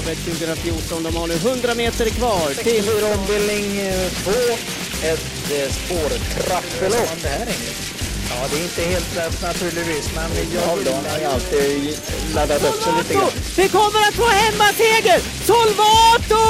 Elitloppet 2014. De har nu 100 meter kvar till ombildning 2. Ett spårtrappelopp. Ja, det är inte helt lätt naturligtvis, men jag har alltid laddat upp sig lite grann. Vi kommer att få hemmaseger! Solvato!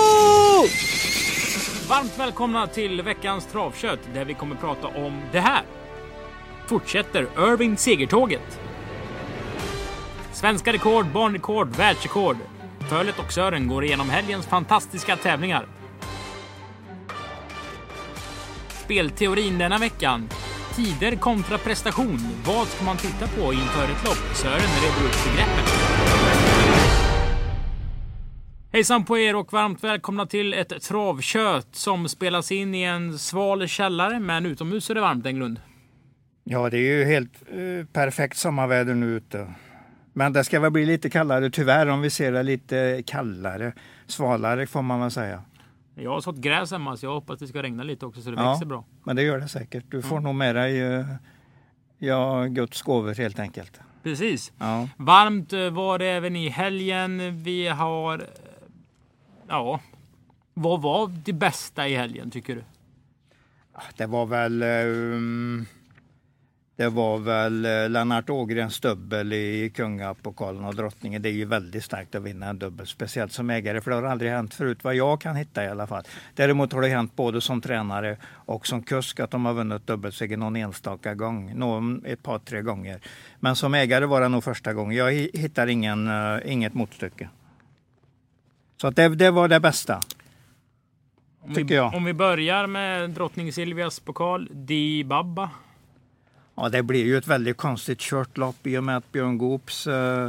Varmt välkomna till veckans travkött där vi kommer prata om det här. Fortsätter Irving segertåget. Svenska rekord, banrekord, världsrekord. Fölet och Sören går igenom helgens fantastiska tävlingar. Spelteorin denna veckan. Tider kontra prestation. Vad ska man titta på inför ett lopp? Sören reder upp begreppen. Hejsan på er och varmt välkomna till ett travkött som spelas in i en sval källare, men utomhus är det varmt, Englund. Ja, det är ju helt perfekt sommarväder nu ute. Men det ska väl bli lite kallare tyvärr, om vi ser det lite kallare. Svalare får man väl säga. Jag har sått gräs hemma, så jag hoppas det ska regna lite också så det växer bra. Men det gör det säkert. Du får nog med dig Guds gåvor helt enkelt. Precis. Ja. Varmt var det även i helgen. Vi har... Ja, vad var det bästa i helgen tycker du? Det var väl Lennart Ågrens dubbel i Kungapokalen och Drottningen. Det är ju väldigt starkt att vinna en dubbel, speciellt som ägare, för det har aldrig hänt förut vad jag kan hitta i alla fall. Däremot har det hänt både som tränare och som kusk att de har vunnit dubbelseger någon enstaka gång, ett par, 3 gånger. Men som ägare var det nog första gången. Jag hittar inget motstycke. Så att det var det bästa, tycker jag. Om vi börjar med Drottning Silvias pokal, Di Baba. Ja, det blir ju ett väldigt konstigt kört lopp i och med att Björn Goops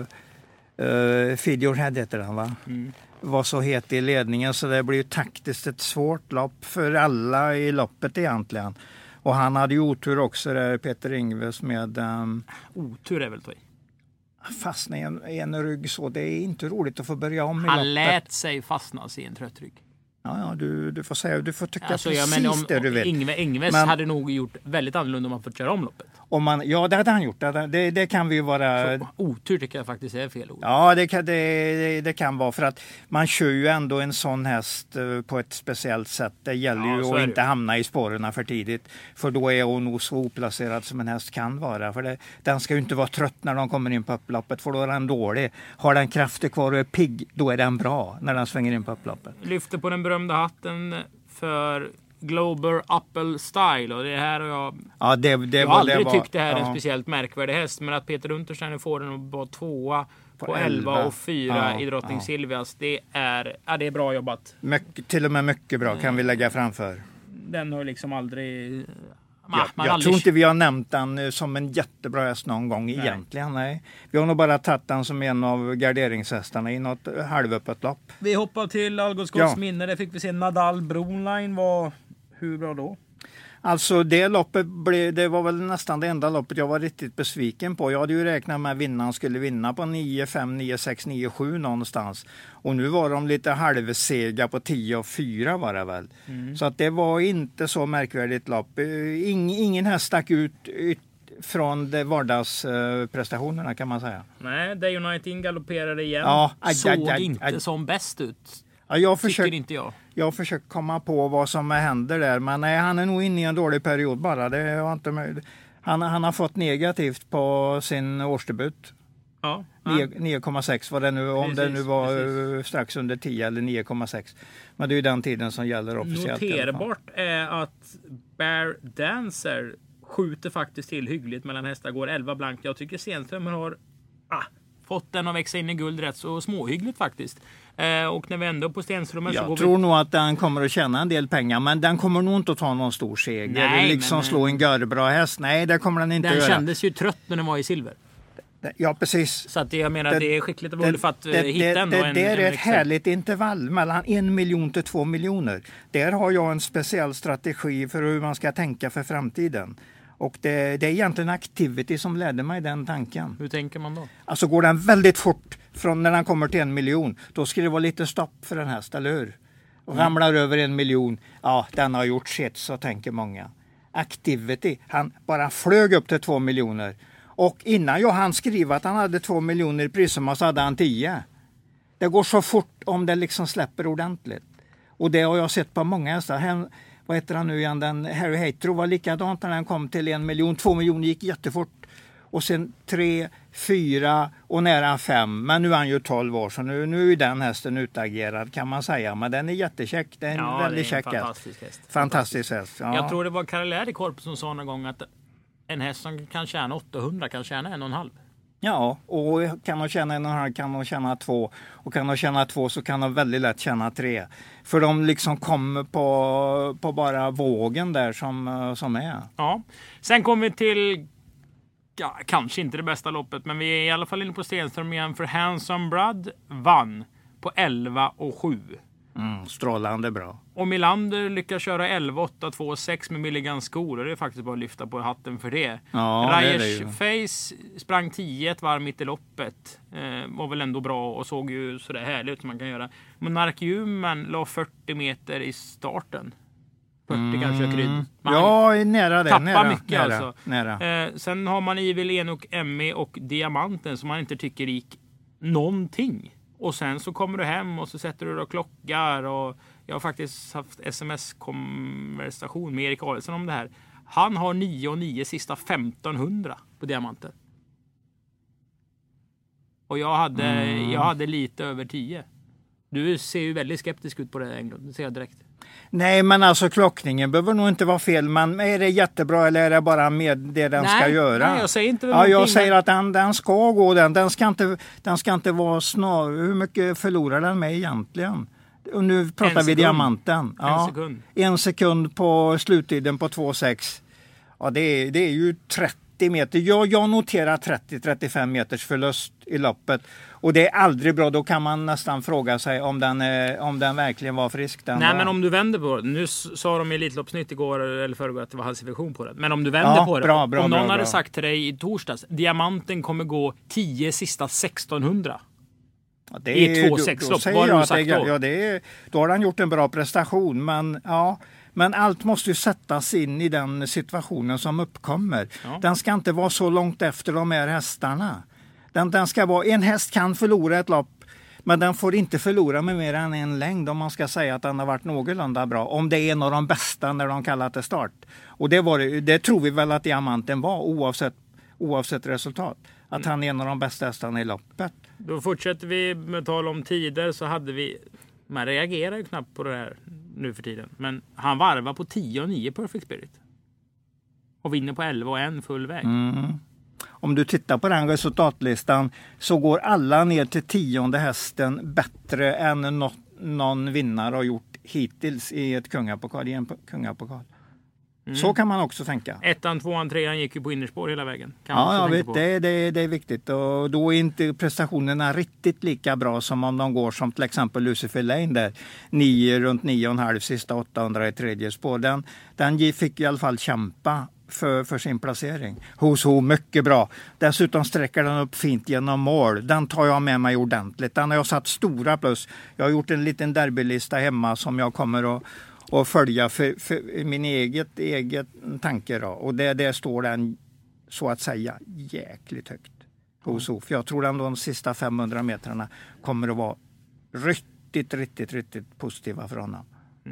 Fidjorhead heter den, va? Var så het i ledningen, så det blir ju taktiskt ett svårt lopp för alla i loppet egentligen. Och han hade ju otur också där, Peter Ingves med... Otur är väl då i? Fastna i en rygg så, det är inte roligt att få börja om i loppet. Han lät sig fastnas i en trött rygg. Ja, du får säga, du får tycka alltså, precis det du vill. Ingves hade nog gjort väldigt annorlunda om man fått köra om loppet. Ja, det hade han gjort. Det kan vi ju vara... Så, otur tycker jag faktiskt är fel ord. Ja, det kan vara, för att man kör ju ändå en sån häst på ett speciellt sätt. Det gäller ju att inte hamna i spåren för tidigt. För då är hon nog så oplacerad som en häst kan vara. För den ska ju inte vara trött när de kommer in på upploppet, för då är den dålig. Har den krafter kvar och är pigg, då är den bra när den svänger in på upploppet. Lyfter på den berömda hatten för Global Apple Style, och det här har jag har aldrig tyckt det här är en speciellt märkvärdig häst, men att Peter Untersteiner får den att vara 2 på 11 och 4 i Drottning Silvias, det är bra jobbat. Till och med mycket bra kan vi lägga framför. Den har liksom aldrig... Jag tror inte vi har nämnt den som en jättebra häst någon gång egentligen. Nej. Vi har nog bara tagit den som en av garderingshästarna i något halvöppet lopp. Vi hoppar till Algotsgårds minne. Där fick vi se Nadal Broline. Var hur bra då? Alltså det loppet det var väl nästan det enda loppet jag var riktigt besviken på. Jag hade ju räknat med att vinnaren skulle vinna på 9-5, 9-6, 9-7 någonstans. Och nu var de lite halvsega på 10-4 var det väl. Så att det var inte så märkvärdigt lopp. Ingen häst stack ut från de vardagsprestationerna kan man säga. Nej, Day United galopperade igen. Ja, såg inte som bäst ut. Ja, jag försöker komma på vad som händer där, men nej, han är nog inne i en dålig period bara. Det var inte möjligt. Han har fått negativt på sin årsdebut. Ja. 9,6 var det nu, om det nu var strax under 10 eller 9,6. Men det är ju den tiden som gäller officiellt. Noterbart är att Bear Dancer skjuter faktiskt till hyggligt mellan hästar, går 11 blank. Jag tycker Stenström har fått den att växa in i guld rätt så småhyggligt faktiskt. Och när vi ändå på Stenström så jag tror nog att den kommer att tjäna en del pengar, men den kommer nog inte att ta någon stor seger. Nej, liksom slå en görbra häst. Nej, det kommer den inte göra. Den kändes ju trött när den var i silver. Ja, precis. Så att jag menar, det är skickligt av Olle för att hitta ändå det är ett härligt intervall mellan 1 miljon till 2 miljoner. Där har jag en speciell strategi för hur man ska tänka för framtiden. Och det är egentligen Activity som ledde mig den tanken. Hur tänker man då? Alltså går den väldigt fort från när den kommer till 1 miljon, då ska det vara lite stopp för den här, eller hur? Och ramlar över 1 miljon, ja, den har gjort shit, så tänker många. Activity, han bara flög upp till 2 miljoner. Och innan jag hann skriva att han hade 2 miljoner i prissumma så hade han 10. Det går så fort om det liksom släpper ordentligt. Och det har jag sett på många hästar. Vad heter han nu igen? Den Harry Hatro var likadant när den kom till 1 miljon. 2 miljoner gick jättefort. Och sen 3, 4 och nära 5. Men nu är han ju 12 år så nu är den hästen utagerad kan man säga. Men den är jättekäck. Det är en väldigt käck häst. Fantastisk häst. Ja. Jag tror det var Karel Läderkorp som sa någon gång att en häst som kan tjäna 800 kan tjäna 1,5. Ja, och kan de tjäna 1,5 kan de tjäna 2. Och kan de tjäna 2 så kan de väldigt lätt tjäna 3. För de liksom kommer på bara vågen där som är. Ja, sen kommer vi till kanske inte det bästa loppet, men vi är i alla fall inne på Stenström igen, för Handsome Brad vann på 11,7. Strålande bra. Och Milander lyckas köra 11,8,2,6 med Milligan skor, och det är faktiskt bara att lyfta på hatten för det. Ja, Reyes Face sprang 10 ett varv mitt i loppet. Var väl ändå bra och såg ju sådär härligt ut som man kan göra. Monark Human la 40 meter i starten. 40 kanske krydd. Ja, nära det. Tappar mycket alltså. Nära. Sen har man Evil Enok, Emmy och Diamanten som man inte tycker gick någonting. Och sen så kommer du hem och så sätter du och klockar. Och jag har faktiskt haft sms-konversation med Erik Adelsson om det här. Han har 9,9 sista 1500 på Diamanten. Och jag hade lite över 10. Du ser ju väldigt skeptisk ut på det, Englund. Det ser jag direkt. Nej, men alltså klockningen behöver nog inte vara fel. Men är det jättebra eller är det bara med det den ska göra? Nej, jag säger inte jag säger att den ska gå. Den ska inte vara snar. Hur mycket förlorar den med egentligen? Och nu pratar vi Diamanten. Ja, 1 sekund. 1 sekund på sluttiden på 2,6. Ja, det är ju 30 meter. Jag noterar 30-35 meters förlust i loppet. Och det är aldrig bra. Då kan man nästan fråga sig om den verkligen var frisk. Men om du vänder på det. Nu sa de i Elitloppsnytt igår eller förrgår att det var halsinfektion på det. Men om du vänder på det. Om någon hade sagt till dig i torsdags, Diamanten kommer gå 10 sista 1600. Ja, det är i 2,6 lopp. Vad har du sagt då? Då har han gjort en bra prestation. Men allt måste ju sättas in i den situationen som uppkommer. Ja. Den ska inte vara så långt efter de här hästarna. Den ska vara, en häst kan förlora ett lopp, men den får inte förlora med mer än en längd om man ska säga att den har varit någorlunda bra. Om det är en av de bästa när de kallar det start. Och det tror vi väl att Diamanten var oavsett resultat. Att han är en av de bästa hästarna i loppet. Då fortsätter vi med tal om tider, så hade vi... Man reagerar ju knappt på det här nu för tiden. Men han varvar på 10,9 Perfect Spirit. Och vinner på 11,1 full väg. Om du tittar på den resultatlistan så går alla ner till 10:e hästen bättre än någon vinnare har gjort hittills i en kungapokal. Så kan man också tänka. 1, 2, 3 gick ju på innerspår hela vägen. Jag vet, det är viktigt. Och då är inte prestationerna riktigt lika bra som om de går som till exempel Lucifer Lane där. Runt 9,5 sista 800 i tredje spår. Den fick i alla fall kämpa för sin placering. Mycket bra. Dessutom sträcker den upp fint genom mål. Den tar jag med mig ordentligt. Den har jag satt stora plus. Jag har gjort en liten derbylista hemma som jag kommer att följa för min eget tanke. Då. Och där står den så att säga jäkligt högt. För jag tror att de sista 500 metrarna kommer att vara riktigt positiva för honom.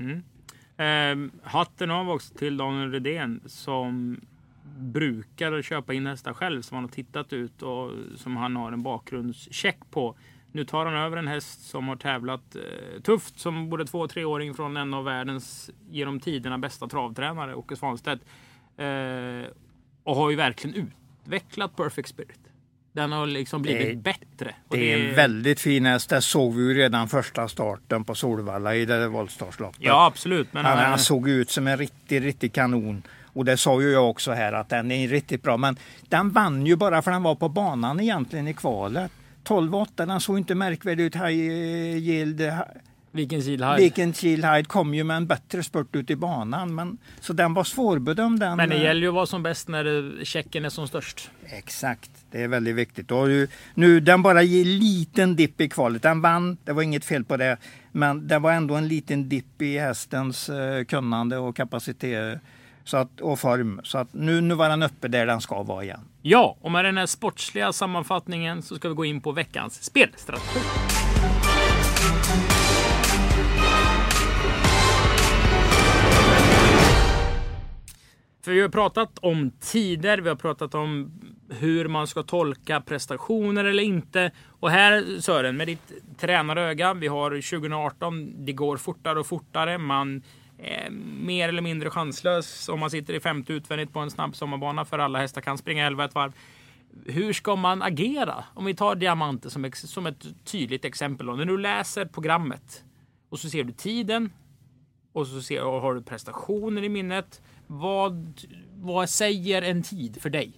Hatten av också till Daniel Redén som brukar köpa in hästar själv som han har tittat ut och som han har en bakgrundscheck på. Nu tar han över en häst som har tävlat tufft som både 2- och 3-åring från en av världens genom tiderna bästa travtränare, Åke Svanstedt. Och har ju verkligen utvecklat Perfect Spirit. Den har liksom blivit bättre. Och det är en väldigt fin häst. Det såg vi ju redan första starten på Solvalla i det Voltstartsloppet. Ja, absolut. Men han såg ut som en riktig kanon. Och det sa ju jag också här att den är riktigt bra. Men den vann ju bara för den var på banan egentligen i kvalet. 12,8, den såg inte märkvärdig ut. Viken Kiel kom ju med en bättre spurt ut i banan. Så den var svårbedömd. Men det gäller ju att vara som bäst när checken är som störst. Exakt, det är väldigt viktigt. Och nu den bara ger liten dipp i kvalet. Den vann, det var inget fel på det. Men det var ändå en liten dipp i hästens kunnande och kapacitet och form. Så att nu var den uppe där den ska vara igen. Ja, och med den här sportsliga sammanfattningen så ska vi gå in på veckans spelstrategi. För vi har pratat om tider, vi har pratat om hur man ska tolka prestationer eller inte. Och här Sören, med ditt tränaröga, vi har 2018, det går fortare och fortare. Man är mer eller mindre chanslös om man sitter i 50 utvändigt på en snabb sommarbana, för alla hästar kan springa 11 ett varv. Hur ska man agera? Om vi tar diamanter som ett tydligt exempel. När du läser programmet och så ser du tiden och så har du prestationer i minnet. Vad säger en tid för dig?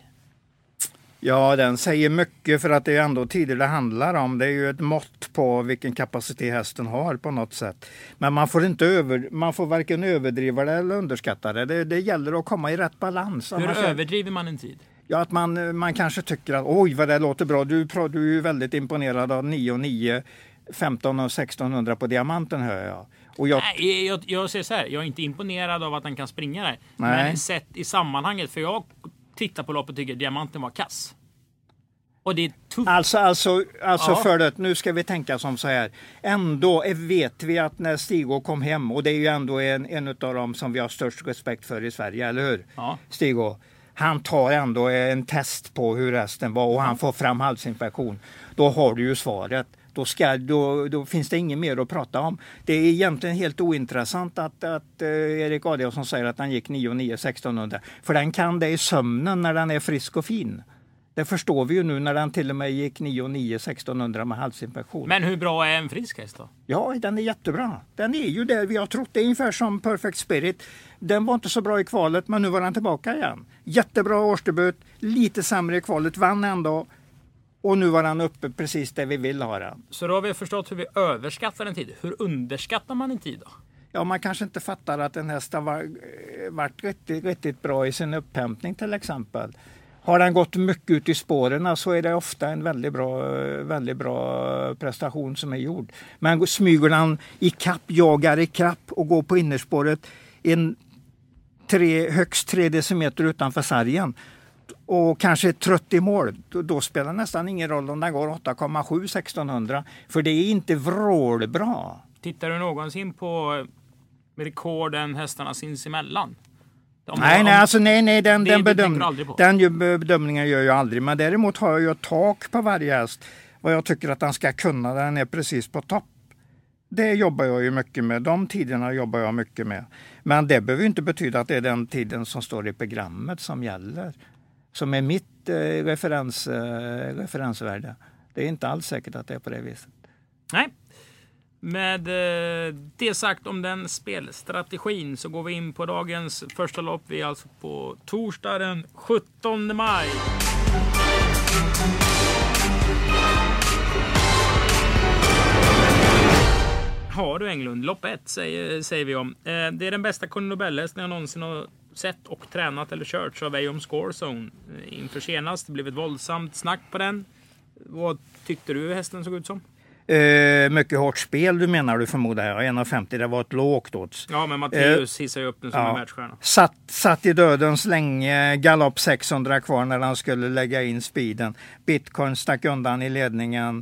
Ja, den säger mycket, för att det är ändå tider det handlar om. Det är ju ett mått på vilken kapacitet hästen har på något sätt. Men man får varken överdriva det eller underskatta det. Det gäller att komma i rätt balans. Hur överdriver man en tid? Ja, att man kanske tycker att oj vad det låter bra. Du är ju väldigt imponerad av 9,9, 15 och 1600 på diamanten, hör jag. Och jag ser så här, jag är inte imponerad av att den kan springa där. Nej. Men sett i sammanhanget, för jag tittar på loppet och tycker att diamanten var kass. Och det är tufft. Alltså för det, nu ska vi tänka som så här. Ändå vet vi att när Stig-Å kom hem, och det är ju ändå en av dem som vi har störst respekt för i Sverige, eller hur? Ja. Stig-Å. Han tar ändå en test på hur hästen var och han får fram halsinfektion. Då har du ju svaret. Då finns det inget mer att prata om. Det är egentligen helt ointressant att Erik Adielsson säger att han gick 9,9 1600. För den kan det i sömnen när den är frisk och fin. Det förstår vi ju nu när den till och med gick 9,9 1600 med halsinfektion. Men hur bra är en frisk häst då? Ja, den är jättebra. Den är ju där vi har trott. Det är ungefär som Perfect Spirit. Den var inte så bra i kvalet, men nu var den tillbaka igen. Jättebra årsdebut, lite sämre i kvalet, vann ändå. Och nu var han uppe precis där vi vill ha den. Så då har vi förstått hur vi överskattar en tid. Hur underskattar man en tid då? Ja, man kanske inte fattar att en häst har varit riktigt bra i sin upphämtning till exempel. Har den gått mycket ut i spåren så är det ofta en väldigt bra prestation som är gjord. Men smyger den i kapp, jagar i kapp och går på innerspåret högst 3 decimeter utanför sargen och kanske är trött i mål, då spelar nästan ingen roll om den går 8,7 1600, för det är inte vrålbra. Tittar du någonsin på rekorden hästarna sinsemellan? Nej, den bedömningen gör jag aldrig. Men däremot har jag ju ett tak på varje häst. Vad jag tycker att den ska kunna, den är precis på topp. Det jobbar jag ju mycket med. De tiderna jobbar jag mycket med. Men det behöver inte betyda att det är den tiden som står i programmet som gäller. Som är mitt referensvärde. Det är inte alls säkert att det är på det viset. Nej. Med det sagt om den spelstrategin så går vi in på dagens första lopp. Vi är alltså på torsdag den 17 maj. Har du Englund, lopp 1 säger vi om. Det är den bästa Conny Nobel-hästen jag någonsin har sett och tränat eller kört, så Vejo Score Zone inför senast. Det blev ett våldsamt snack på den. Vad tyckte du hästen såg ut som? Mycket hårt spel, du menar du, förmodar jag. 1,50, det var ett lågt odds. Ja, men Matteus hissar ju upp den som en världsstjärna. Satt i dödens länge, galopp 600 kvar när han skulle lägga in speeden. Bitcoin stack undan i ledningen.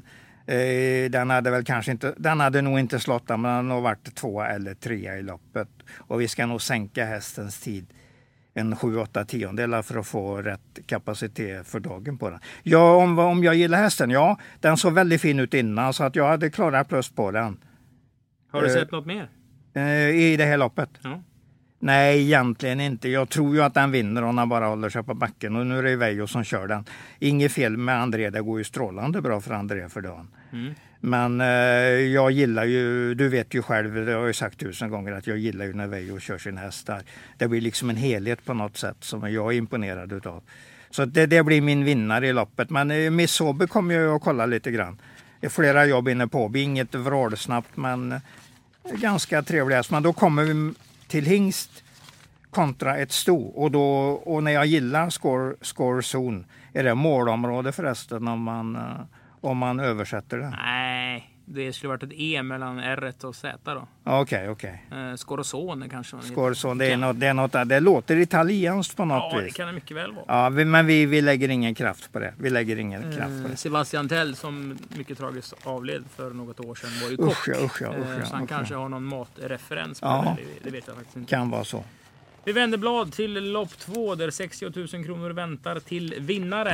Den hade nog inte slått, men den hade nog varit 2 eller 3 i loppet. Och vi ska nog sänka hästens tid en 7-8 tiondelar för att få rätt kapacitet för dagen på den. Ja, om jag gillar hästen, ja, den såg väldigt fin ut innan, så att jag hade klara plus på den. Har du sett något mer? I det här loppet? Ja. Nej, egentligen inte. Jag tror ju att den vinner om han bara håller sig på backen. Och nu är det Vejo som kör den. Inget fel med André, det går ju strålande bra för André för dagen. Mm. Men jag gillar ju, du vet ju själv, det har jag ju sagt 1000 gånger, att jag gillar ju när Vejo kör sin hästar. Det blir liksom en helhet på något sätt som jag är imponerad utav. Så det blir min vinnare i loppet. Men Miss Sobe kommer jag att kolla lite grann. Det är flera jobb inne på, inget vrålsnabbt men ganska trevligt. Men då kommer vi till hingst kontra ett sto. Och när jag gillar score zone, är det målområde förresten om man översätter det? Nej, det skulle varit ett E mellan R och Z då. Okej. Scorzone kanske. Scorzone, det låter italienskt på något vis. Ja, det kan det mycket väl vara. Ja, men vi lägger ingen kraft på det. Sebastian Tell, som mycket tragiskt avled för något år sedan, var ju kock. Usch, så han kanske har någon matreferens på det vet jag faktiskt inte. Kan vara så. Vi vänder blad till lopp 2 där 60 000 kronor väntar till vinnare.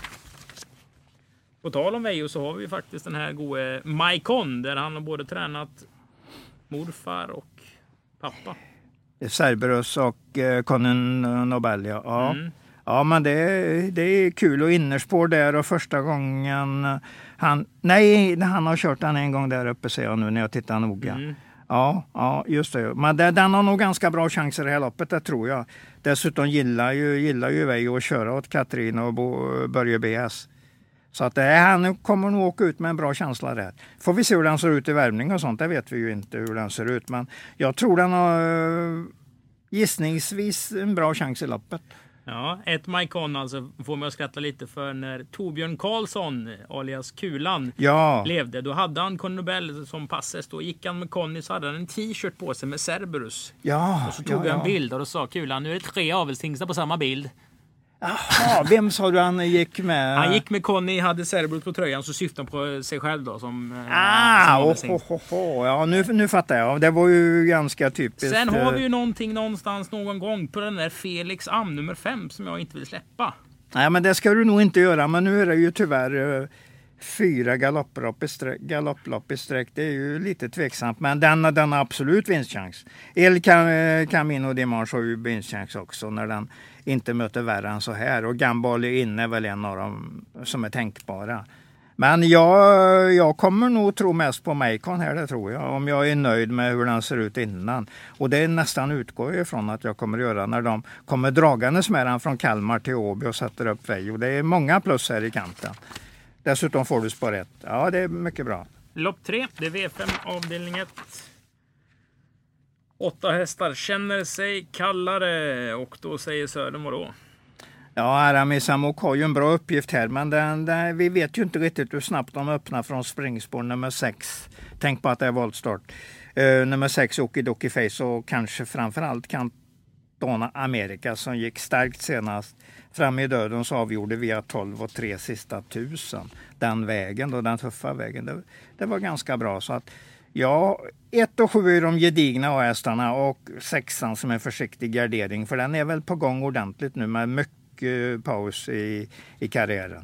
På tal om Vejo så har vi faktiskt den här gode Maikon där han har både tränat morfar och pappa. Cerberus och Conan Nobel, ja. Ja, men det är kul och innerspår där och första gången han har kört den en gång där uppe ser jag nu när jag tittar noga. Ja, just det. Men den har nog ganska bra chanser i det här loppet, det tror jag. Dessutom gillar ju Vejo att köra åt Katrin och Börje BS. Så att han kommer nog åka ut med en bra känsla där. Får vi se hur den ser ut i värmning och sånt, det vet vi ju inte hur den ser ut. Men jag tror den har gissningsvis en bra chans i loppet. Ja, ett Maikon alltså får mig att skratta lite för när Torbjörn Karlsson, alias Kulan, levde. Då hade han Conny Nobel som passes. Då gick han med Conny så hade han en t-shirt på sig med Cerberus. Ja, och så tog jag en bild och då sa Kulan, nu är det 3 avelshingstar på samma bild. Jaha, vem sa du han gick med? Han gick med Conny, hade Cerberus på tröjan, så syftade han på sig själv då som ja, nu fattar jag. Det var ju ganska typiskt. Sen har vi ju någonting någonstans någon gång på den där Felix Am nummer 5 som jag inte vill släppa. Nej, men det ska du nog inte göra, men nu är det ju tyvärr 4 galopplopp i sträck. Det är ju lite tveksamt, men den har absolut vinstchans. El Camino Dimanche har ju vinstchans också när den inte möter värre än så här. Och Gambol är väl en av dem som är tänkbara. Men jag kommer nog tro mest på Maikon här, det tror jag. Om jag är nöjd med hur den ser ut innan. Och det är nästan utgår ifrån att jag kommer göra när de kommer dragandes med den från Kalmar till Åby och sätter upp Vejo. Det är många plus här i kanten. Dessutom får du spår 1. Ja, det är mycket bra. Lopp 3, det är V5 avdelning 1. 8 hästar känner sig kallare och då säger Sören vadå? Ja, Aramis Amok har ju en bra uppgift här, men vi vet ju inte riktigt hur snabbt de öppnar från springspår nummer 6. Tänk på att det är voltstart. Nummer 6 Okidoki Face och kanske framförallt Cantona America som gick starkt senast. Fram i döden så avgjorde via 12 och 3 sista 1000. Den vägen då, den tuffa vägen, det var ganska bra. Så att ja, 1 och 7 är de gedigna hästarna och 6an som en försiktig gardering. För den är väl på gång ordentligt nu med mycket paus i karriären.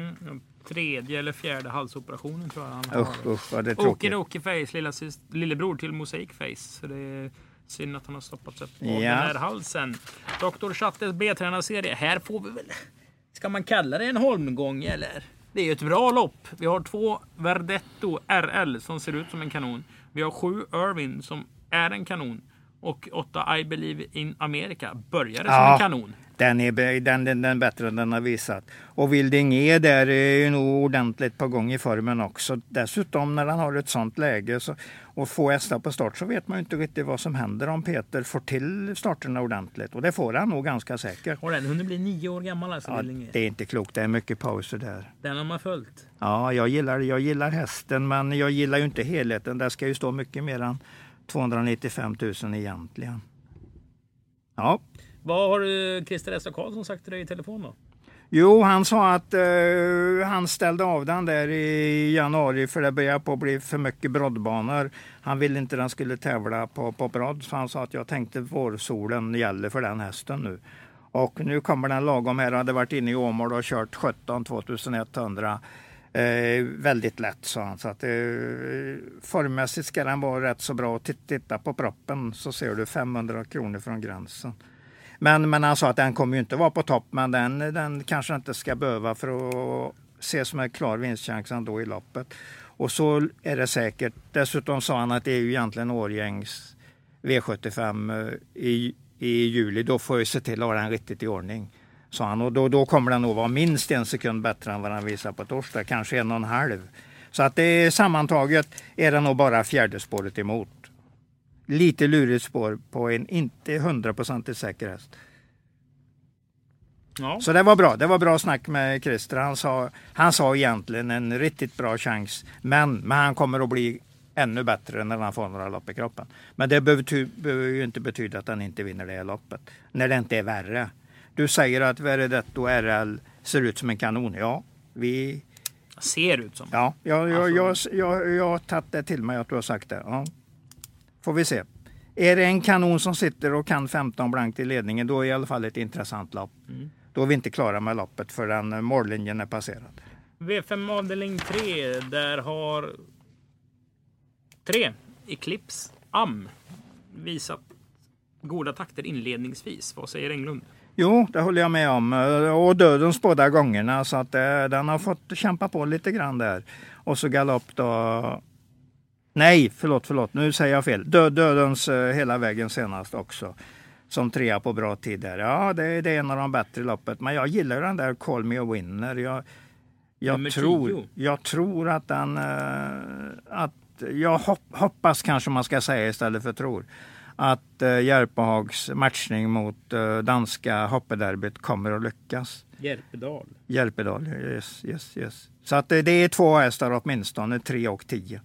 3:e eller 4:e halsoperationen tror jag han har. Usch, vad det är tråkigt. Oki Face, lillebror till Mosaic Face. Så det är synd att han har stoppats upp på den här halsen. Dr. Chattes B-tränarserie. Här får vi väl, ska man kalla det en holmgång eller? Det är ju ett bra lopp. Vi har 2 Verdetto RL som ser ut som en kanon. Vi har 7 Irvin som är en kanon. Och 8 I Believe in America började som en kanon. Den är bättre än den har visat. Och Wilding där är ju nog ordentligt på gång i formen också. Dessutom när han har ett sånt läge och få hästar på start så vet man ju inte riktigt vad som händer om Peter får till starterna ordentligt. Och det får han nog ganska säkert. Och den hunden blir 9 år gammal alltså. Ja, det är inte klokt. Det är mycket pauser där. Den har man följt. Ja, jag gillar hästen men jag gillar ju inte helheten. Det ska ju stå mycket mer än 295 000 egentligen. Ja. Vad har Christer S. Karlsson sagt till dig i telefon då? Jo, han sa att han ställde av den där i januari för det började på att bli för mycket broddbanor. Han ville inte den skulle tävla på brodd så han sa att jag tänkte vårsolen gäller för den hästen nu. Och nu kommer den lagom här. Hade varit inne i Åmål och kört 17 2100. Väldigt lätt sa han. Så att, formmässigt ska den vara rätt så bra. Titta på proppen så ser du 500 kronor från gränsen. Men han sa att den kommer ju inte vara på topp. Men den kanske inte ska behöva för att se som en klar vinstchans ändå i loppet. Och så är det säkert. Dessutom sa han att det är ju egentligen Årgängs V75 i juli. Då får jag se till att ha den riktigt i ordning. Sa han. Och då kommer den nog vara minst 1 sekund bättre än vad han visar på torsdag. Kanske 1,5. Så att det sammantaget är det nog bara 4:e spåret emot. Lite lurigt spår på en inte 100% säker häst. Ja. Så det var bra. Det var bra snack med Christer. Han sa egentligen en riktigt bra chans. Men han kommer att bli ännu bättre när han får några lopp i kroppen. Men det behöver ju inte betyda att han inte vinner det här loppet. När det inte är värre. Du säger att Verdetto RL ser ut som en kanon. Ja, vi... Ser ut som. Ja, jag har tagit det till mig att du har sagt det. Ja. Får vi se. är det en kanon som sitter och kan 15 blankt i ledningen, då är det i alla fall ett intressant lopp. Då är vi inte klara med loppet för den mållinjen är passerad. V5 avdelning 3, där har 3 Eclipse Am visat goda takter inledningsvis. Vad säger Englund? Jo, det håller jag med om. Och dödens båda gångerna, så att den har fått kämpa på lite grann där. Och så galopp då. Nej, förlåt. Nu säger jag fel. Dödens hela vägen senast också. Som 3 på bra tid där. Ja, det är en av de bättre loppet. Men jag gillar den där Call Me a Winner. Jag tror att den... jag hoppas kanske man ska säga istället för tror. Att Järpehags matchning mot danska hoppederbyt kommer att lyckas. Järpedal, yes. Så att det är 2 hästar åtminstone, 3 och 10.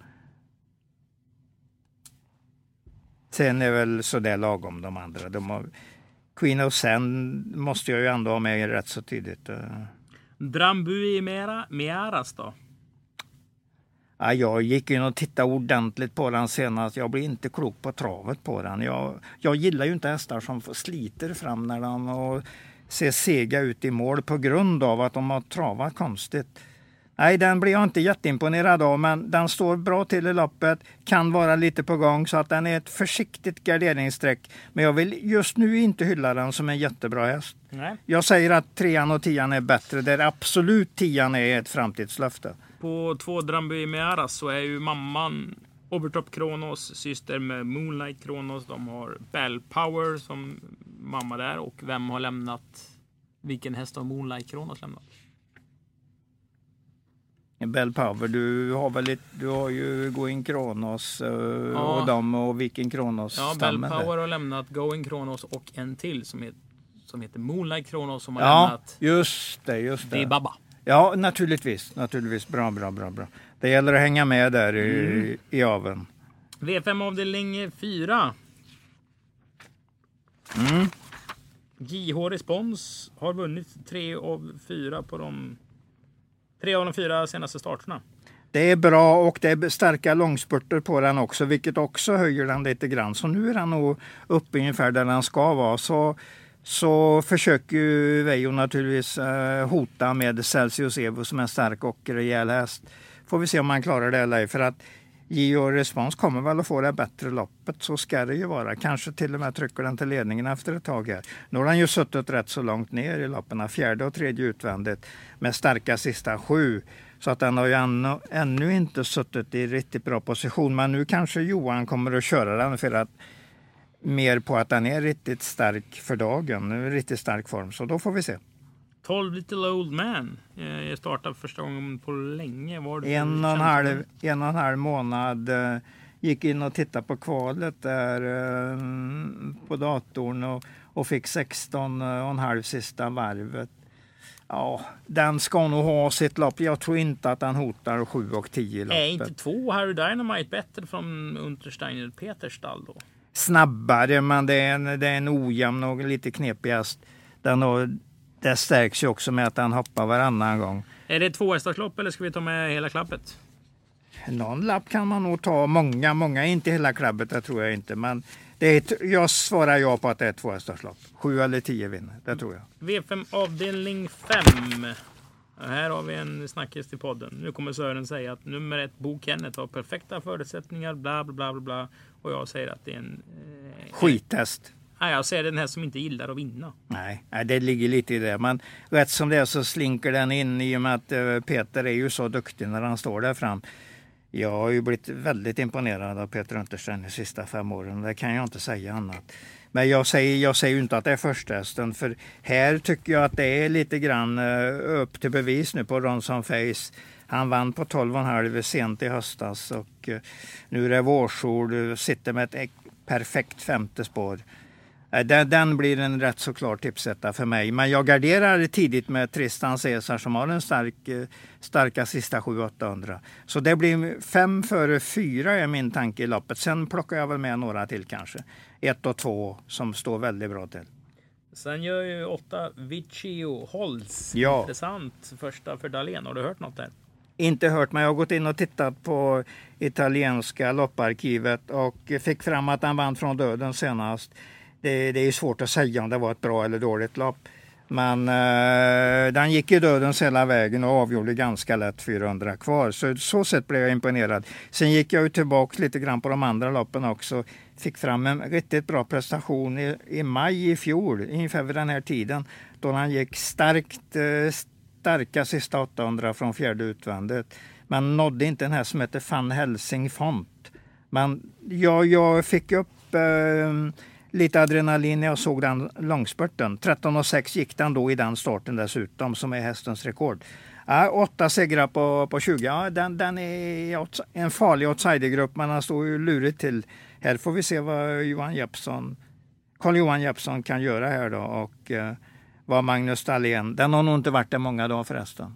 Sen är väl så där lagom de andra. Queen of Sand måste jag ju ändå ha med rätt så tidigt. Drambuie Mearas då? Ja, jag gick in och tittade ordentligt på den senast. Jag blir inte klok på travet på den. Jag gillar ju inte hästar som sliter fram när de ser sega ut i mål på grund av att de har travat konstigt. Nej, den blir jag inte jätteimponerad av, men den står bra till i loppet, kan vara lite på gång så att den är ett försiktigt garderingssträck. Men jag vill just nu inte hylla den som en jättebra häst. Nej. Jag säger att 3:an och 10:an är bättre, där absolut 10:an är ett framtidslöfte. På 2 Drambuie Mearas så är ju mamman Obertop Kronos, syster med Moonlight Kronos. De har Bell Power som mamma där. Och vem har lämnat, vilken häst har Moonlight Kronos lämnat? Bell Power, du har ju Going Kronos och dem och vilken Kronos. Ja, Bell Power har lämnat Going Kronos och en till som heter Moonlight Kronos som har lämnat. Just det. Det är Baba. Ja, naturligtvis. Bra. Det gäller att hänga med där i aven. V5 avdelning 4. JH Respons har vunnit 3 av 4 på de 3 av de 4 senaste starterna. Det är bra och det är starka långspurter på den också, vilket också höjer den lite grann. Så nu är den nog uppe ungefär där den ska vara. Så försöker ju Veijo naturligtvis hota med Celsius Evo som en stark och rejäl häst. Får vi se om man klarar det eller ej. För att JH Respons kommer väl att få det bättre loppet. Så ska det ju vara. Kanske till och med trycker den till ledningen efter ett tag här. Nu har den ju suttit rätt så långt ner i loppen. 4:e och 3:e utvändigt med starka sista 7. Så att den har ju ännu inte suttit i riktigt bra position. Men nu kanske Johan kommer att köra den för att mer på att den är riktigt stark för dagen. Riktigt stark form. Så då får vi se. 12 Little Old Man. Jag startade första gången på länge. En och en halv månad. Gick in och tittade på kvalet där på datorn och fick 16,5 sista varvet. Ja, den ska nog ha sitt lopp. Jag tror inte att den hotar 7 och 10 loppet. Är inte 2 Harry Dynamite bättre från Untersteiner Peters stall då? Snabbare, men det är en ojämn och lite knepig häst. Det stärks ju också med att han hoppar varannan gång. Är det 2-hästarslopp eller ska vi ta med hela klappet? Någon lapp kan man nog ta. Många, inte hela klabbet, det tror jag inte. Men jag svarar ja på att det är 2-hästarslopp. 7 eller 10 vinner, det tror jag. V5 avdelning 5. Här har vi en snackis i podden. Nu kommer Sören säga att nummer 1 Bo Kenneth har perfekta förutsättningar, bla bla bla bla. Och jag säger att det är en... skithäst. Nej, jag säger den här som inte gillar att vinna. Nej, det ligger lite i det. Men rätt som det är så slinker den in i och med att Peter är ju så duktig när han står där fram. Jag har ju blivit väldigt imponerad av Peter Untersteiner de sista 5 åren. Det kan jag inte säga annat. Men jag säger ju inte att det är första hästen. För här tycker jag att det är lite grann upp till bevis nu på Ronson Face. Han vann på 12,5 sent i höstas. Och nu är det vårsol. Sitter med ett perfekt 5:e spår. Den blir en rätt så klar tipsetta för mig. Men jag garderar tidigt med Tristan Cesar som har en starka sista 700-800. Så det blir 5 före 4 är min tanke i loppet. Sen plockar jag väl med några till kanske. 1 och 2 som står väldigt bra till. Sen gör ju 8 Vicio Holz. Ja. Intressant första för Dahlén. Har du hört något där? Inte hört, men jag har gått in och tittat på italienska lopparkivet och fick fram att han vann från döden senast. Det är svårt att säga om det var ett bra eller dåligt lopp. Men den gick i döden hela vägen och avgjorde ganska lätt 400 kvar. Så sätt blev jag imponerad. Sen gick jag ju tillbaka lite grann på de andra loppen också. Fick fram en riktigt bra prestation i maj i fjol, ungefär vid den här tiden. Då han gick starka sista 800 från fjärde utvändet. Men nådde inte den här som heter Van Helsing Font. Men jag fick upp lite adrenalin när jag såg den långspurten. 13,6 gick den då i den starten dessutom, som är hästens rekord. 8 segrar på 20. Ja, den är en farlig outsidergrupp, men han står ju lurigt till. Här får vi se vad Carl-Johan Jeppsson kan göra här då, och vad Magnus Dahlén. Den har nog inte varit där många dagar förresten.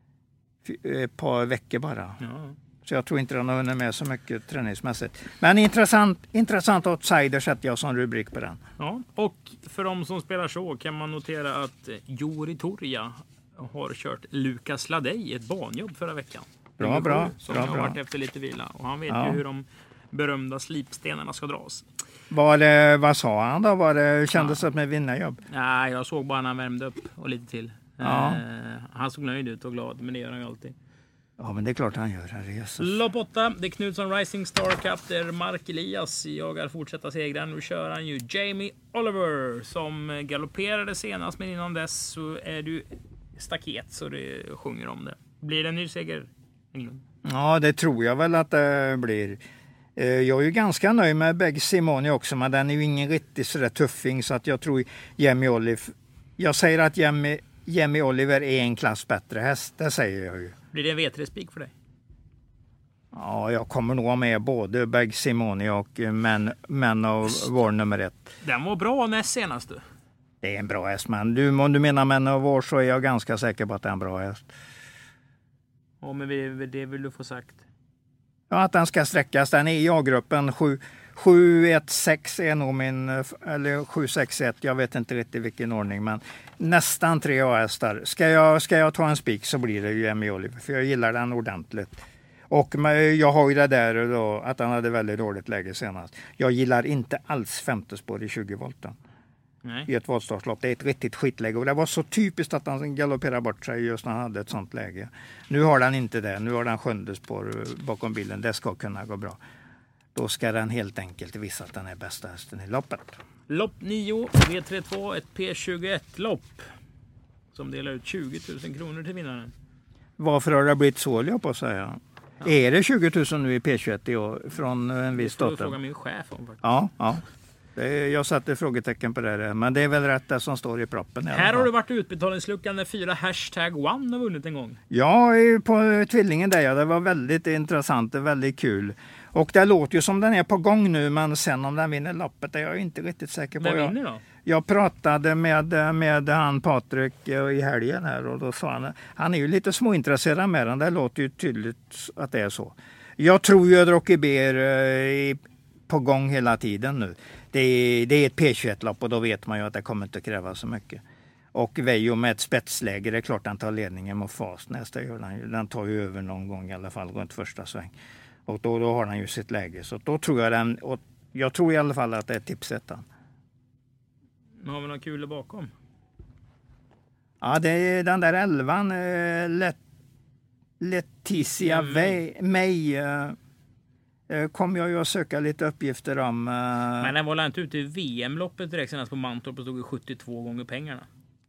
Ett par veckor bara. Ja. Så jag tror inte den har hunnit med så mycket träningsmässigt. Men intressant outsider sätter jag som rubrik på den. Ja, och för de som spelar så kan man notera att Jori Torja har kört Lukas Ladej ett banjobb förra veckan. Bra. Som har varit efter lite vila. Och han vet ju hur de berömda slipstenarna ska dras. Vad sa han då? Kändes det som ett vinnarjobb? Nej, jag såg bara när han värmde upp och lite till. Ja. Han såg nöjd ut och glad, men det gör han ju alltid. Ja, men det är klart han gör. Lopp 8, det är Knutsson Rising Star Cup där Mark Elias jagar fortsätta segran. Nu kör han ju Jamie Oliver som galopperade senast, men innan dess så är det ju staket så det sjunger om det. Blir det en ny seger, Englund? Ja, det tror jag väl att det blir. Jag är ju ganska nöjd med Beg Simoni också, men den är ju ingen riktigt sådär tuffing, så att jag tror Jamie Oliver. Jag säger att Jamie Oliver är en klass bättre häst, det säger jag ju. Blir det en V3-spik för dig? Ja, jag kommer nog med både Beg Simoni och Men of War nummer 1. Den var bra näst senast du. Det är en bra häst, men om du menar Men of War så är jag ganska säker på att det är en bra häst. Ja, men det vill du få sagt. Ja, att den ska sträckas. Den är i A-gruppen 7-1-6 är nog min, eller 7-6-1, jag vet inte riktigt vilken ordning, men nästan 3 A-hästar. Ska jag ta en spik så blir det ju Jamie Oliver, för jag gillar den ordentligt. Och jag har ju det där då, att han hade väldigt dåligt läge senast. Jag gillar inte alls femte spår i 20 volten. Nej. I ett voltstartslopp. Det är ett riktigt skitläge. Och det var så typiskt att han galopperade bort sig just när han hade ett sånt läge. Nu har den inte det. Nu har den sjunde spår bakom bilen. Det ska kunna gå bra. Då ska den helt enkelt visa att den är bästa hästen i loppet. Lopp 9, V32, ett P21-lopp. Som delar ut 20 000 kronor till vinnaren. Varför har det blivit så, jag på att säga? Ja. Är det 20 000 nu i P21 i år från en viss datum? Det får fråga min chef om faktiskt. Ja. Jag satte frågetecken på det. Men det är väl rätt det som står i proppen. Här har du varit utbetalningsluckan när 4 #1 har vunnit en gång. Ja, på Tvillingen där. Ja, det var väldigt intressant och väldigt kul. Och det låter ju som den är på gång nu, men sen om den vinner loppet är jag inte riktigt säker på. Vem vinner då? Jag pratade med han Patrik i helgen här och då sa han är ju lite småintresserad med den. Det låter ju tydligt att det är så. Jag tror ju att Rocky Bear är på gång hela tiden nu. Det är ett P21-lopp och då vet man ju att det kommer inte att kräva så mycket. Och Vejo med ett spetsläge, det är klart han tar ledningen mot fast nästa gör den tar ju över någon gång i alla fall runt första sväng. Och då har han ju sitt läge. Så då tror jag tror i alla fall att det är tipsettan. Har vi någon kul bakom? Ja, det är den där 11 Leticia May kommer jag ju att söka lite uppgifter om. Men den var inte ute i VM-loppet direkt senast på Mantorp och stod i 72 gånger pengarna.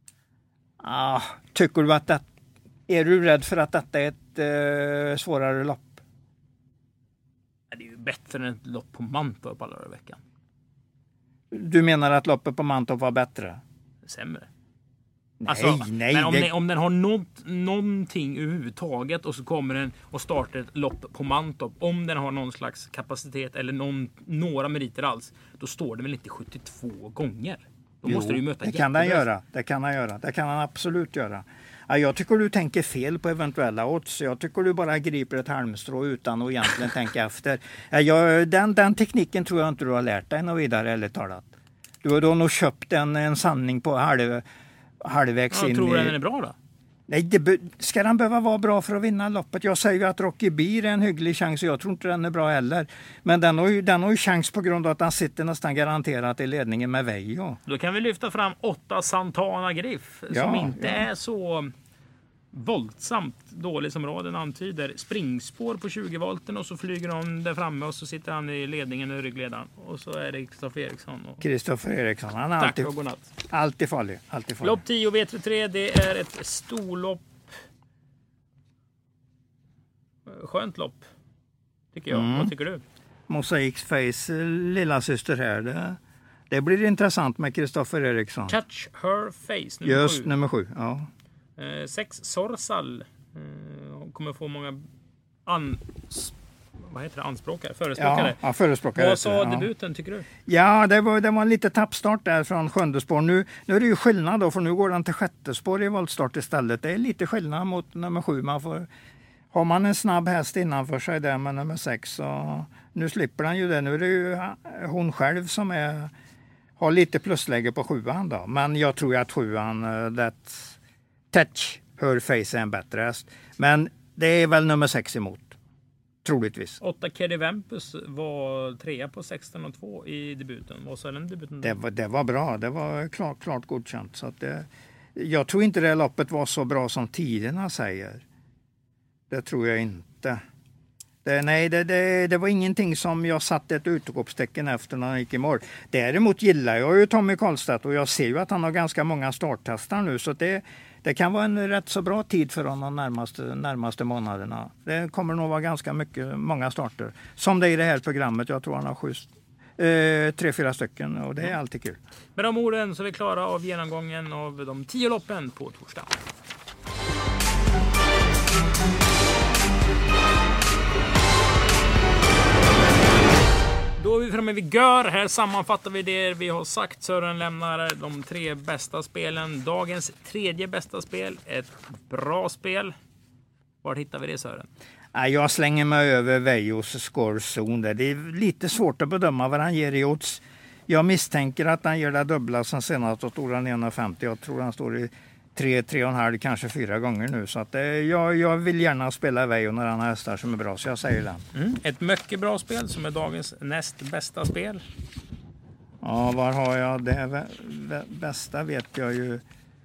Tycker du att är du rädd för att detta är ett svårare lopp? Det är ju bättre än ett lopp på Mantorp alla dagar i veckan. Du menar att loppet på Mantorp var bättre? Sämre. Nej. Men om den har någonting överhuvudtaget och så kommer den och startar ett lopp på Mantorp. Om den har någon slags kapacitet eller några meriter alls. Då står den väl inte 72 gånger. Då måste du möta det kan den göra. Det kan han absolut göra. Jag tycker du tänker fel på eventuella odds. Jag tycker du bara griper ett halmstrå utan att egentligen tänka efter. Den tekniken tror jag inte du har lärt dig något vidare eller talat. Du har nog köpt en sanning på halvvägs in. Jag tror den är bra då. Nej, ska den behöva vara bra för att vinna loppet? Jag säger ju att Rocky Beer är en hygglig chans och jag tror inte den är bra heller. Men den har ju chans på grund av att han sitter nästan garanterat i ledningen med Vejo. Då kan vi lyfta fram 8 Santana Griff som inte är så våldsamt dålig som raden antyder. Springspår på 20 volten och så flyger de där framme och så sitter han i ledningen i ryggledaren. Och så är det Kristoffer Eriksson. Kristoffer Eriksson, han är alltid farlig. Lopp 10 V33, det är ett storlopp. Skönt lopp, tycker jag. Vad tycker du? Mosaics Face, lilla syster här. Det blir intressant med Kristoffer Eriksson. Catch Her Face, nummer 7, ja. 6 Sorsal kommer få många förespråkare. Ja, förespråkare. Vad sa debuten, tycker du? Ja, det var en lite tappstart där från 7:e spår. Nu är det ju skillnad då, för nu går den till 6:e spår i voltstart istället. Det är lite skillnad mot nummer 7. Har man en snabb häst innanför sig där med nummer 6, så nu slipper den ju det. Nu är det ju hon själv som har lite plusläge på 7:an då. Men jag tror att 7:an, Catch Her Face är en bättre häst. Men det är väl nummer 6 emot. Troligtvis. 8 Keddy Vampus var 3 på 16,2 i debuten. Vad sa den debuten? Det var bra. Det var klart godkänt. Så att jag tror inte det loppet var så bra som tiderna säger. Det tror jag inte. Det var ingenting som jag satte ett utropstecken efter när han gick i mål. Däremot gillar jag ju Tommy Karlstedt och jag ser ju att han har ganska många starttestar nu, så det kan vara en rätt så bra tid för honom närmaste månaderna. Det kommer nog vara ganska många starter. Som det är i det här programmet. Jag tror han har 3-4 stycken och det är alltid kul. Med de orden så är vi klara av genomgången av de 10 loppen på torsdag. Då är vi framme vid Gör. Här sammanfattar vi det vi har sagt. Sören lämnar de 3 bästa spelen. Dagens 3:e bästa spel. Ett bra spel. Var hittar vi det, Sören? Jag slänger mig över Vejos scorezone. Det är lite svårt att bedöma vad han ger i odds. Jag misstänker att han ger det dubbla som senast och stod han 1,50. Jag tror han står i 3,5, kanske 4 gånger nu. Så att jag vill gärna spela Vejo när han har hästar som är bra, så jag säger den. Ett mycket bra spel som är dagens näst bästa spel. Ja, var har jag det bästa vet jag ju.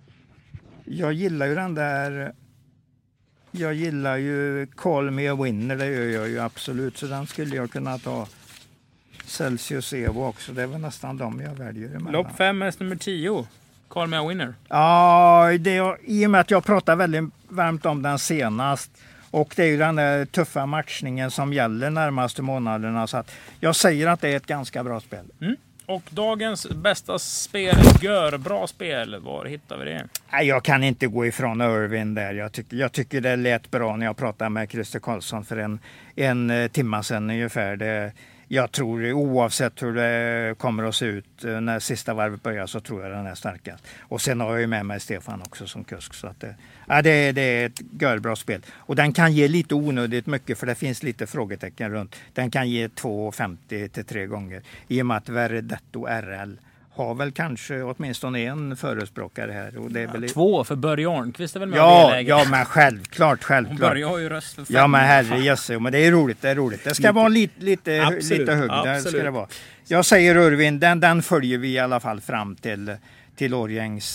Jag gillar ju den där. Jag gillar ju Call Me a Winner, det gör jag ju absolut. Så den skulle jag kunna ta. Celsius Evo också, det är väl nästan de jag väljer emellan. Lopp 5 är nummer 10. Call Me a Winner. Ja, i och med att jag pratade väldigt varmt om den senast. Och det är ju den där tuffa matchningen som gäller närmaste månaderna. Så att jag säger att det är ett ganska bra spel. Och dagens bästa spel, Gör bra spel. Var hittar vi det? Nej, jag kan inte gå ifrån Irvin där. Jag tycker det lät bra när jag pratade med Christer Karlsson för en timme sedan ungefär. Jag tror oavsett hur det kommer att se ut när sista varvet börjar, så tror jag den är starkast. Och sen har jag ju med mig Stefan också som kusk. Så att det är ett görbra spel. Och den kan ge lite onödigt mycket, för det finns lite frågetecken runt. Den kan ge 2,50 till 3 gånger. I och med att Verdetto RL har väl kanske åtminstone en förespråkare här. Och det är väl 2 för Börje Arnqvist är väl med ja, men självklart. Börje har ju röst för 5. Ja, men herre, men det är roligt. Det ska vara lite hög där ska det vara. Jag säger Irvin, den följer vi i alla fall fram till Årjängs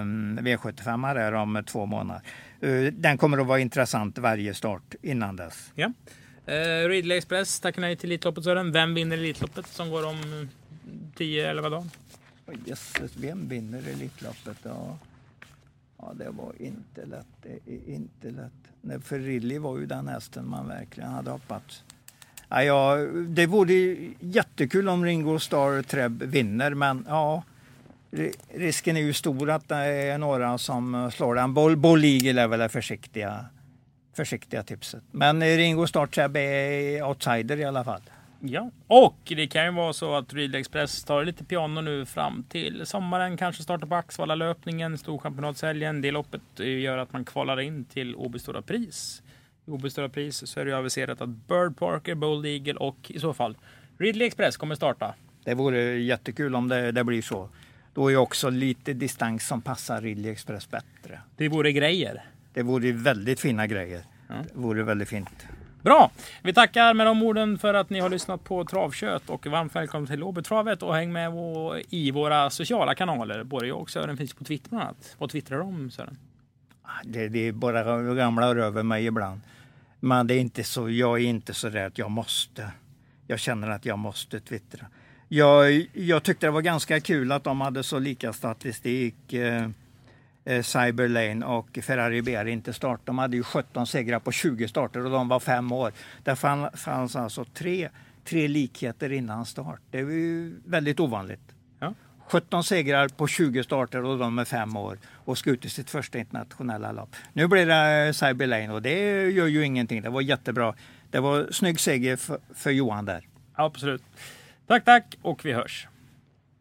V75 här om 2 månader. Den kommer att vara intressant varje start innan dess. Ja. Ridley Express tackar nej till Elitloppet, Sören. Vem vinner Elitloppet som går om 10-11 dagar? Jesus, vem vinner Elitloppet? Ja, det var inte lätt. Det är inte lätt. Nej, för Ridley var ju den hästen man verkligen hade hoppats. Ja, det vore jättekul om Ringo Starr Treb vinner, men ja, risken är ju stor att det är några som slår den. Bull Eagle är väl det försiktiga tipset. Men Ringo Starr Treb är outsider i alla fall. Ja, och det kan ju vara så att Ridley Express tar lite piano nu fram till sommaren, kanske startar på Axvalla löpningen, storchampionatshelgen. Det loppet gör att man kvalar in till Åby Stora Pris. I Åby Stora Pris så är det aviserat att Bird Parker, Bold Eagle och i så fall Ridley Express kommer starta. Det vore jättekul om det blir så. Då är också lite distans som passar Ridley Express bättre. Det vore grejer. Det vore väldigt fina grejer. Ja. Det vore väldigt fint. Bra! Vi tackar med de orden för att ni har lyssnat på Travkött och varmt välkommen till Åbytravet och häng med i våra sociala kanaler. Både jag och Sören finns på Twitter bland annat. Vad twittrar de om, Sören? Det är bara ramlar över mig ibland. Men det är inte så, jag är inte så rädd att jag måste. Jag känner att jag måste twittra. Jag tyckte det var ganska kul att de hade så lika statistik. Cyberlane och Ferrari BR inte start. De hade ju 17 segrar på 20 starter och de var 5 år. Där fanns alltså tre likheter innan start. Det är ju väldigt ovanligt. Ja. 17 segrar på 20 starter och de är 5 år och ska ut i sitt första internationella lopp. Nu blir det Cyberlane och det gör ju ingenting. Det var jättebra. Det var snygg seger för Johan där. Absolut. Tack och vi hörs.